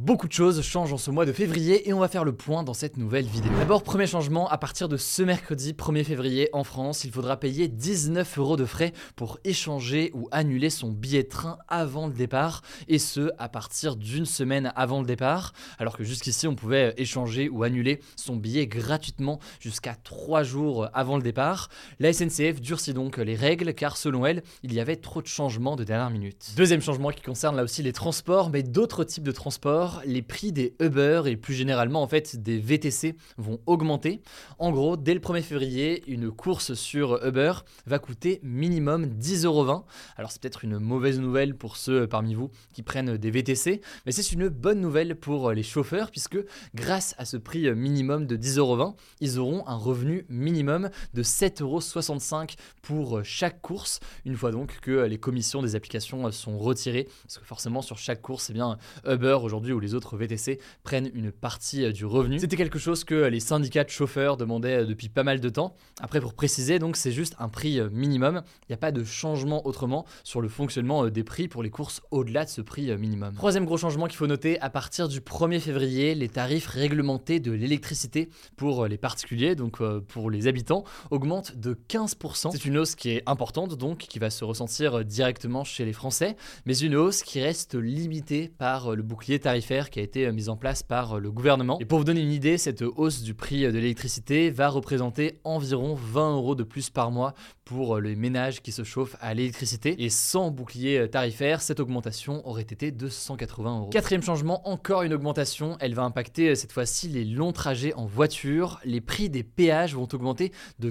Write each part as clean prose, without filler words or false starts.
Beaucoup de choses changent en ce mois de février et on va faire le point dans cette nouvelle vidéo. D'abord, premier changement, à partir de ce mercredi 1er février en France, il faudra payer 19 € de frais pour échanger ou annuler son billet de train avant le départ, et ce à partir d'une semaine avant le départ, alors que jusqu'ici on pouvait échanger ou annuler son billet gratuitement jusqu'à 3 jours avant le départ. La SNCF durcit donc les règles car selon elle, il y avait trop de changements de dernière minute. Deuxième changement qui concerne là aussi les transports, mais d'autres types de transports. Les prix des Uber et plus généralement en fait des VTC vont augmenter. En gros, dès le 1er février, une course sur Uber va coûter minimum 10,20 €. Alors c'est peut-être une mauvaise nouvelle pour ceux parmi vous qui prennent des VTC, mais c'est une bonne nouvelle pour les chauffeurs puisque grâce à ce prix minimum de 10,20 €, ils auront un revenu minimum de 7,65 € pour chaque course, une fois donc que les commissions des applications sont retirées, parce que forcément sur chaque course, Uber aujourd'hui ou les autres VTC prennent une partie du revenu. C'était quelque chose que les syndicats de chauffeurs demandaient depuis pas mal de temps. Après, pour préciser, donc c'est juste un prix minimum. Il n'y a pas de changement autrement sur le fonctionnement des prix pour les courses au-delà de ce prix minimum. Troisième gros changement qu'il faut noter, à partir du 1er février, les tarifs réglementés de l'électricité pour les particuliers, donc pour les habitants, augmentent de 15%. C'est une hausse qui est importante, donc qui va se ressentir directement chez les Français, mais une hausse qui reste limitée par le bouclier tarifaire qui a été mise en place par le gouvernement. Et pour vous donner une idée, cette hausse du prix de l'électricité va représenter environ 20 € de plus par mois pour les ménages qui se chauffent à l'électricité. Et sans bouclier tarifaire, cette augmentation aurait été de 180 €. Quatrième changement, encore une augmentation. Elle va impacter cette fois-ci les longs trajets en voiture. Les prix des péages vont augmenter de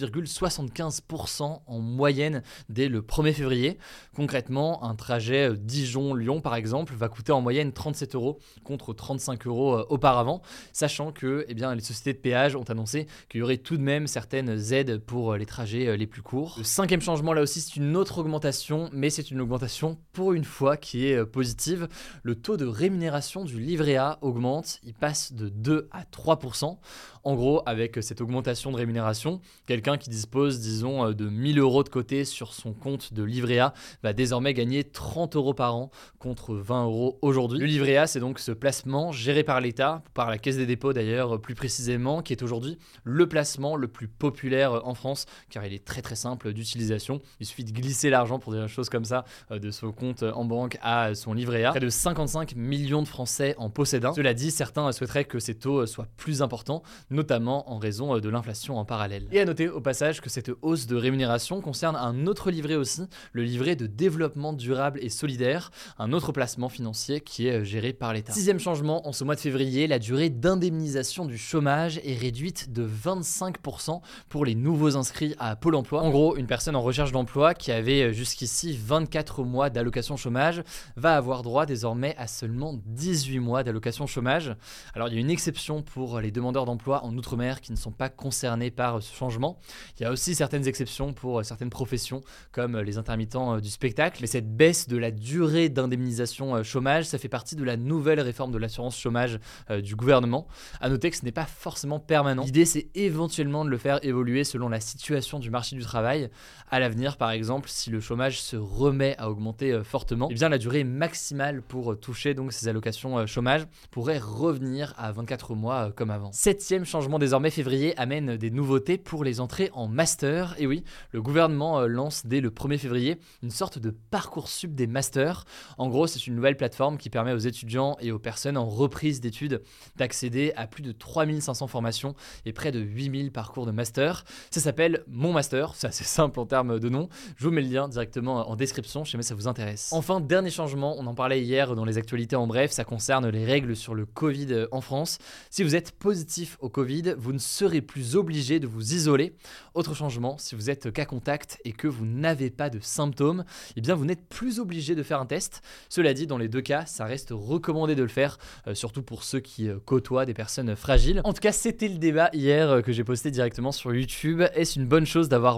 4,75% en moyenne dès le 1er février. Concrètement, un trajet Dijon-Lyon par exemple va coûter en moyenne 37 € contre 35 € auparavant, sachant que les sociétés de péage ont annoncé qu'il y aurait tout de même certaines aides pour les trajets les plus courts. Le cinquième changement là aussi, c'est une autre augmentation, mais c'est une augmentation pour une fois qui est positive. Le taux de rémunération du livret A augmente, il passe de 2 à 3%. En gros, avec cette augmentation de rémunération, quelqu'un qui dispose, disons, de 1 000 € de côté sur son compte de livret A va désormais gagner 30 € par an contre 20 € aujourd'hui. Le livret A, c'est donc ce placement géré par l'État, par la Caisse des dépôts d'ailleurs plus précisément, qui est aujourd'hui le placement le plus populaire en France, car il est très très simple d'utilisation. Il suffit de glisser l'argent, pour dire une chose comme ça, de son compte en banque à son livret A. Près de 55 millions de Français en possèdent un. Cela dit, certains souhaiteraient que ces taux soient plus importants, notamment en raison de l'inflation en parallèle. Et à noter au passage que cette hausse de rémunération concerne un autre livret aussi, le livret de développement durable et solidaire, un autre placement financier qui est géré par l'État. Sixième changement, en ce mois de février, la durée d'indemnisation du chômage est réduite de 25% pour les nouveaux inscrits à Pôle emploi. En gros, une personne en recherche d'emploi qui avait jusqu'ici 24 mois d'allocation chômage va avoir droit désormais à seulement 18 mois d'allocation chômage. Alors il y a une exception pour les demandeurs d'emploi en Outre-mer qui ne sont pas concernés par ce changement. Il y a aussi certaines exceptions pour certaines professions comme les intermittents du spectacle. Mais cette baisse de la durée d'indemnisation chômage, ça fait partie de la nouvelle réforme de l'assurance chômage du gouvernement. À noter que ce n'est pas forcément permanent. L'idée, c'est éventuellement de le faire évoluer selon la situation du marché du travail. À l'avenir, par exemple, si le chômage se remet à augmenter fortement, la durée maximale pour toucher donc ces allocations chômage pourrait revenir à 24 mois comme avant. Septième changement désormais, février amène des nouveautés pour les entrées en master. Et oui, le gouvernement lance dès le 1er février une sorte de Parcoursup des masters. En gros, c'est une nouvelle plateforme qui permet aux étudiants et aux personnes en reprise d'études d'accéder à plus de 3500 formations et près de 8000 parcours de master. Ça s'appelle Mon Master, c'est assez simple en termes de nom. Je vous mets le lien directement en description si jamais ça vous intéresse. Enfin, dernier changement, on en parlait hier dans les actualités en bref, ça concerne les règles sur le Covid en France. Si vous êtes positif au Covid, vous ne serez plus obligé de vous isoler. Autre changement, si vous êtes cas contact et que vous n'avez pas de symptômes, vous n'êtes plus obligé de faire un test. Cela dit, dans les deux cas, ça reste recommandé de le faire, surtout pour ceux qui côtoient des personnes fragiles. En tout cas, c'était le débat hier que j'ai posté directement sur YouTube. Est-ce une bonne chose d'avoir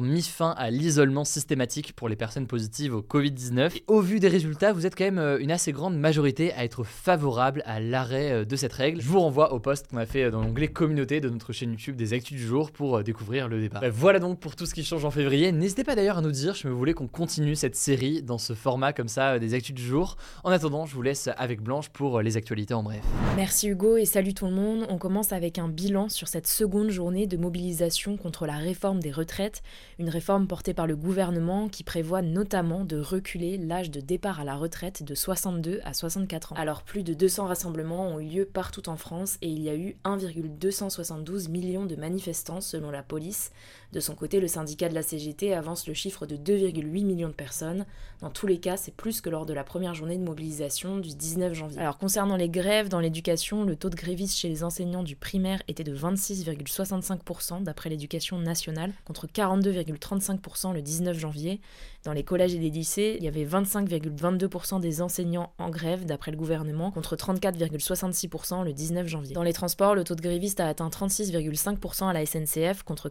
mis fin à l'isolement systématique pour les personnes positives au Covid-19. Et au vu des résultats, vous êtes quand même une assez grande majorité à être favorable à l'arrêt de cette règle. Je vous renvoie au post qu'on a fait dans l'onglet communauté de notre chaîne YouTube des Actus du jour pour découvrir le débat. Voilà donc pour tout ce qui change en février. N'hésitez pas d'ailleurs à nous dire si vous voulez qu'on continue cette série dans ce format comme ça des Actus du jour. En attendant, je vous laisse avec Blanche pour les actualités en bref. Merci Hugo et salut tout le monde. On commence avec un bilan sur cette seconde journée de mobilisation contre la réforme des retraites, une réforme portée par le gouvernement qui prévoit notamment de reculer l'âge de départ à la retraite de 62 à 64 ans. Alors plus de 200 rassemblements ont eu lieu partout en France et il y a eu 1,272 millions de manifestants selon la police. De son côté, le syndicat de la CGT avance le chiffre de 2,8 millions de personnes. Dans tous les cas, c'est plus que lors de la première journée de mobilisation du 19 janvier. Alors concernant les grèves dans l'éducation, le taux de grévistes chez les enseignants du primaire était de 26,65% d'après l'éducation nationale, contre 42,35% le 19 janvier. Dans les collèges et les lycées, il y avait 25,22% des enseignants en grève d'après le gouvernement, contre 34,66% le 19 janvier. Dans les transports, le taux de grévistes a atteint 36,5% à la SNCF, contre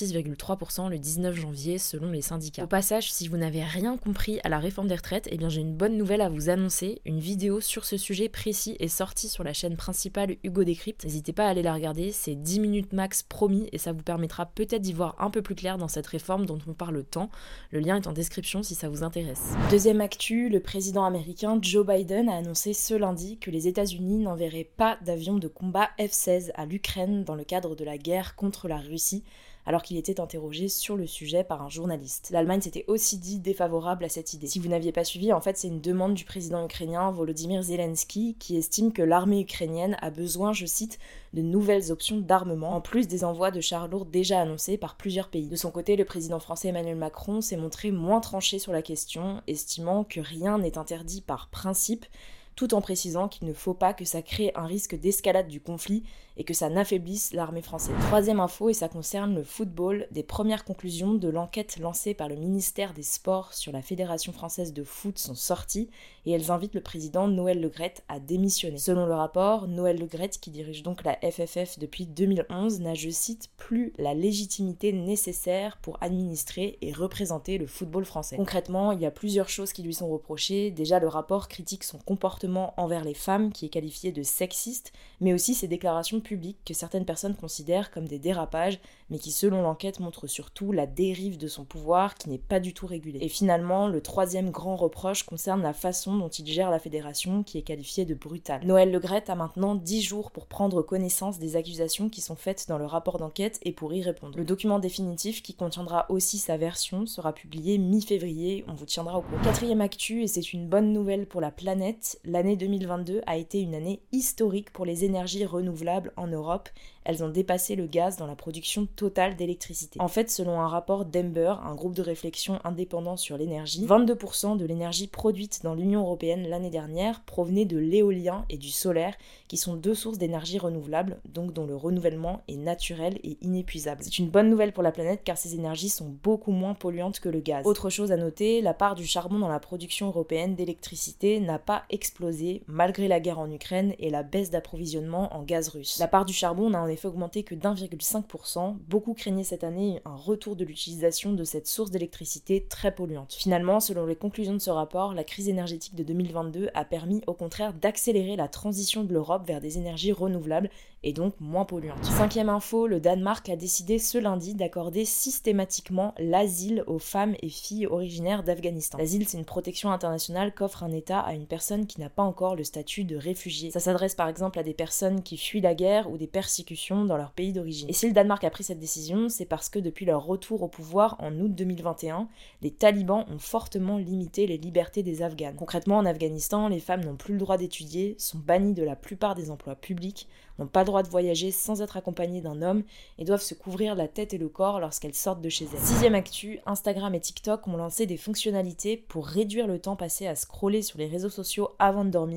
46,3% le 19 janvier selon les syndicats. Au passage, si vous n'avez rien compris à la réforme des retraites, j'ai une bonne nouvelle à vous annoncer. Une vidéo sur ce sujet précis est sortie sur la chaîne principale Hugo Décrypte. N'hésitez pas à aller la regarder, c'est 10 minutes max promis et ça vous permettra peut-être d'y voir un peu plus clair dans cette réforme dont on parle tant. Le lien est en description si ça vous intéresse. Deuxième actu, le président américain Joe Biden a annoncé ce lundi que les États-Unis n'enverraient pas d'avions de combat F-16 à l'Ukraine dans le cadre de la guerre contre la Russie, alors qu'il était interrogé sur le sujet par un journaliste. L'Allemagne s'était aussi dit défavorable à cette idée. Si vous n'aviez pas suivi, en fait c'est une demande du président ukrainien Volodymyr Zelensky qui estime que l'armée ukrainienne a besoin, je cite, de nouvelles options d'armement, en plus des envois de chars lourds déjà annoncés par plusieurs pays. De son côté, le président français Emmanuel Macron s'est montré moins tranché sur la question, estimant que rien n'est interdit par principe, tout en précisant qu'il ne faut pas que ça crée un risque d'escalade du conflit et que ça n'affaiblisse l'armée française. Troisième info, et ça concerne le football, des premières conclusions de l'enquête lancée par le ministère des Sports sur la Fédération française de foot sont sorties et elles invitent le président Noël Le Graët à démissionner. Selon le rapport, Noël Le Graët, qui dirige donc la FFF depuis 2011, n'a, je cite, plus la légitimité nécessaire pour administrer et représenter le football français. Concrètement, il y a plusieurs choses qui lui sont reprochées. Déjà, le rapport critique son comportement envers les femmes, qui est qualifié de sexiste, mais aussi ses déclarations publiques que certaines personnes considèrent comme des dérapages, mais qui selon l'enquête montrent surtout la dérive de son pouvoir qui n'est pas du tout régulée. Et finalement, le troisième grand reproche concerne la façon dont il gère la fédération, qui est qualifiée de brutale. Noël Le Graët a maintenant 10 jours pour prendre connaissance des accusations qui sont faites dans le rapport d'enquête et pour y répondre. Le document définitif, qui contiendra aussi sa version, sera publié mi-février, on vous tiendra au courant. Quatrième actu, et c'est une bonne nouvelle pour la planète, l'année 2022 a été une année historique pour les énergies renouvelables en Europe. Elles ont dépassé le gaz dans la production totale d'électricité. En fait, selon un rapport d'Ember, un groupe de réflexion indépendant sur l'énergie, 22% de l'énergie produite dans l'Union européenne l'année dernière provenait de l'éolien et du solaire, qui sont deux sources d'énergie renouvelable, donc dont le renouvellement est naturel et inépuisable. C'est une bonne nouvelle pour la planète car ces énergies sont beaucoup moins polluantes que le gaz. Autre chose à noter, la part du charbon dans la production européenne d'électricité n'a pas explosé malgré la guerre en Ukraine et la baisse d'approvisionnement en gaz russe. La part du charbon n'a en effet augmenté que d'1,5%. Beaucoup craignaient cette année un retour de l'utilisation de cette source d'électricité très polluante. Finalement, selon les conclusions de ce rapport, la crise énergétique de 2022 a permis au contraire d'accélérer la transition de l'Europe vers des énergies renouvelables et donc moins polluantes. Cinquième info, le Danemark a décidé ce lundi d'accorder systématiquement l'asile aux femmes et filles originaires d'Afghanistan. L'asile, c'est une protection internationale qu'offre un État à une personne qui n'a pas encore le statut de réfugié. Ça s'adresse par exemple à des personnes qui fuient la guerre ou des persécutions dans leur pays d'origine. Et si le Danemark a pris cette décision, c'est parce que depuis leur retour au pouvoir en août 2021, les talibans ont fortement limité les libertés des Afghanes. Concrètement, en Afghanistan, les femmes n'ont plus le droit d'étudier, sont bannies de la plupart des emplois publics, n'ont pas le droit de voyager sans être accompagnées d'un homme et doivent se couvrir la tête et le corps lorsqu'elles sortent de chez elles. Sixième actu, Instagram et TikTok ont lancé des fonctionnalités pour réduire le temps passé à scroller sur les réseaux sociaux avant de dormir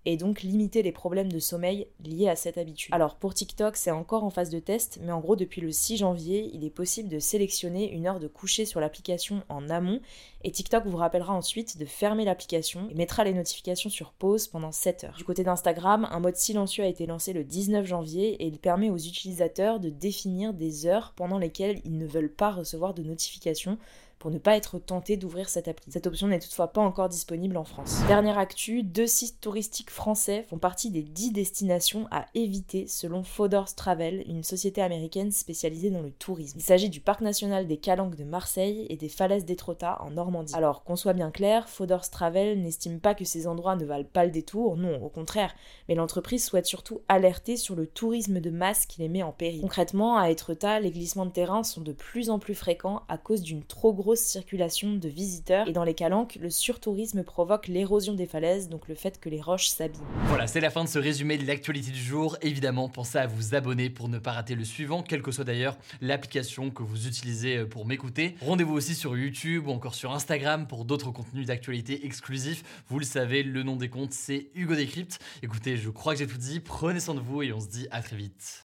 et donc limiter les problèmes de sommeil liés à cette habitude. Alors pour TikTok, c'est encore en phase de test, mais en gros depuis le 6 janvier, il est possible de sélectionner une heure de coucher sur l'application en amont, et TikTok vous rappellera ensuite de fermer l'application et mettra les notifications sur pause pendant 7 heures. Du côté d'Instagram, un mode silencieux a été lancé le 19 janvier et il permet aux utilisateurs de définir des heures pendant lesquelles ils ne veulent pas recevoir de notifications pour ne pas être tenté d'ouvrir cette appli. Cette option n'est toutefois pas encore disponible en France. Dernière actu, 2 sites touristiques français font partie des 10 destinations à éviter selon Fodor's Travel, une société américaine spécialisée dans le tourisme. Il s'agit du parc national des Calanques de Marseille et des falaises d'Étretat en Normandie. Alors qu'on soit bien clair, Fodor's Travel n'estime pas que ces endroits ne valent pas le détour, non, au contraire, mais l'entreprise souhaite surtout alerter sur le tourisme de masse qui les met en péril. Concrètement, à Étretat, les glissements de terrain sont de plus en plus fréquents à cause d'une trop grosse circulation de visiteurs, et dans les Calanques, le surtourisme provoque l'érosion des falaises, donc le fait que les roches s'abîment. Voilà, c'est la fin de ce résumé de l'actualité du jour. Évidemment, pensez à vous abonner pour ne pas rater le suivant, quelle que soit d'ailleurs l'application que vous utilisez pour m'écouter. Rendez-vous aussi sur YouTube ou encore sur Instagram pour d'autres contenus d'actualité exclusifs. Vous le savez, le nom des comptes, c'est Hugo Décrypte. Écoutez, je crois que j'ai tout dit. Prenez soin de vous et on se dit à très vite.